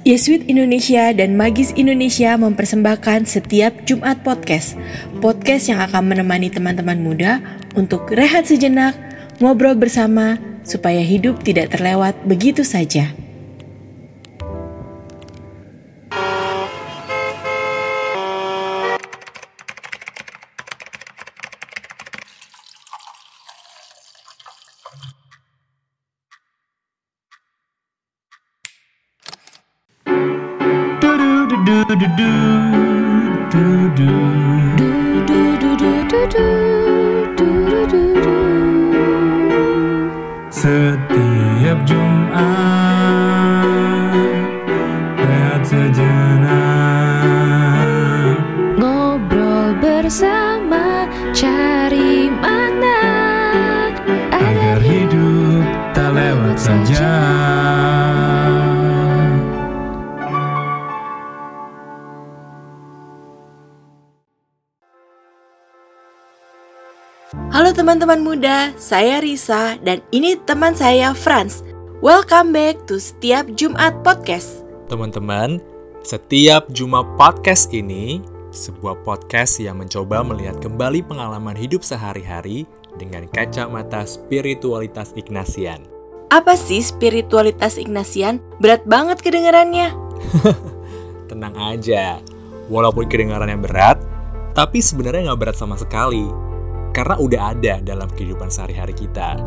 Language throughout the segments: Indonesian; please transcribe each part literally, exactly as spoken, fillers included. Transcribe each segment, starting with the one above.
Yesuit Indonesia dan Magis Indonesia mempersembahkan setiap Jumat Podcast. Podcast yang akan menemani teman-teman muda untuk rehat sejenak, ngobrol bersama, supaya hidup tidak terlewat begitu saja. Setiap Jumat rehat sejenak, ngobrol bersama, cari makna agar hidup tak lewat saja. Halo teman-teman muda, saya Risa dan ini teman saya Franz. Welcome back to Setiap Jumat Podcast. Teman-teman, Setiap Jumat Podcast ini sebuah podcast yang mencoba melihat kembali pengalaman hidup sehari-hari dengan kacamata spiritualitas Ignatian. Apa sih spiritualitas Ignatian? Berat banget kedengarannya. Tenang aja, walaupun kedengarannya berat, tapi sebenarnya nggak berat sama sekali. Karena udah ada dalam kehidupan sehari-hari kita.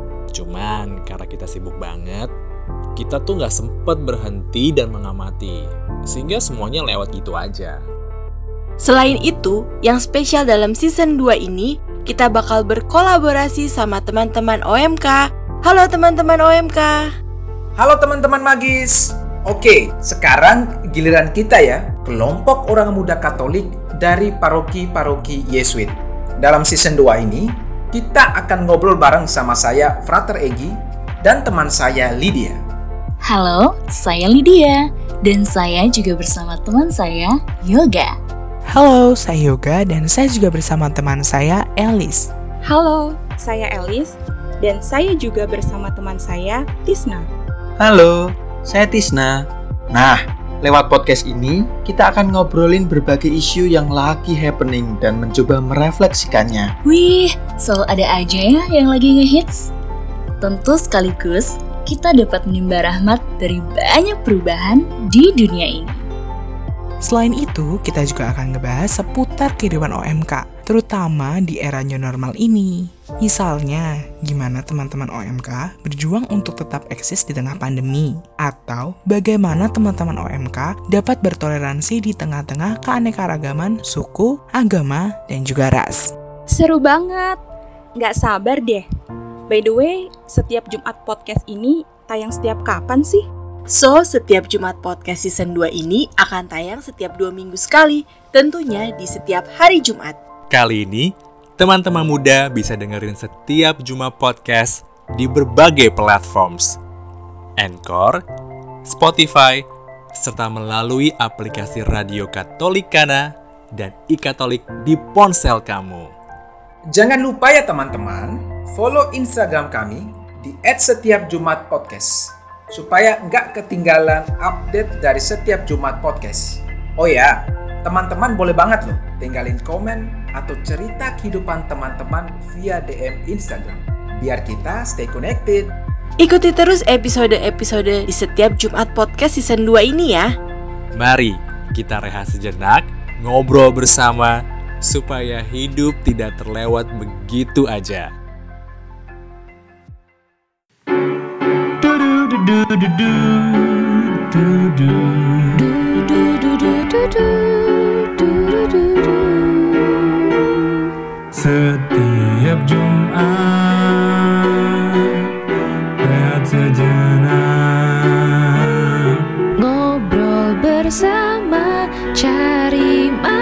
Cuman karena kita sibuk banget, kita tuh gak sempet berhenti dan mengamati. Sehingga semuanya lewat gitu aja. Selain itu, yang spesial dalam season dua ini, kita bakal berkolaborasi sama teman-teman O M K. Halo teman-teman O M K. Halo teman-teman Magis. Oke, sekarang giliran kita ya, kelompok orang muda Katolik dari paroki-paroki Yesuit. Dalam season dua ini, kita akan ngobrol bareng sama saya, Frater Egi, dan teman saya, Lydia. Halo, saya Lydia, dan saya juga bersama teman saya, Yoga. Halo, saya Yoga, dan saya juga bersama teman saya, Elis. Halo, saya Elis, dan saya juga bersama teman saya, Tisna. Halo, saya Tisna. Nah, lewat podcast ini, kita akan ngobrolin berbagai isu yang lagi happening dan mencoba merefleksikannya. Wih, selalu ada aja ya yang lagi ngehits. Tentu sekaligus, kita dapat menimba rahmat dari banyak perubahan di dunia ini. Selain itu, kita juga akan ngebahas seputar kehidupan O M K, terutama di era new normal ini. Misalnya, gimana teman-teman O M K berjuang untuk tetap eksis di tengah pandemi, atau bagaimana teman-teman O M K dapat bertoleransi di tengah-tengah keanekaragaman suku, agama, dan juga ras. Seru banget, nggak sabar deh. By the way, setiap Jumat podcast ini tayang setiap kapan sih? So, setiap Jumat Podcast season dua ini akan tayang setiap dua minggu sekali, tentunya di setiap hari Jumat. Kali ini, teman-teman muda bisa dengerin setiap Jumat Podcast di berbagai platforms. Anchor, Spotify, serta melalui aplikasi Radio Katolikana dan e-Katolik di ponsel kamu. Jangan lupa ya teman-teman, follow Instagram kami di et setiap jumat podcast supaya nggak ketinggalan update dari setiap Jumat Podcast. Oh ya, teman-teman boleh banget loh tinggalin komen atau cerita kehidupan teman-teman via D M Instagram, biar kita stay connected. Ikuti terus episode-episode di setiap Jumat Podcast season dua ini ya. Mari kita rehat sejenak, ngobrol bersama, supaya hidup tidak terlewat begitu aja. Setiap Jumat rehat sejenak, Ngobrol bersama, cari makna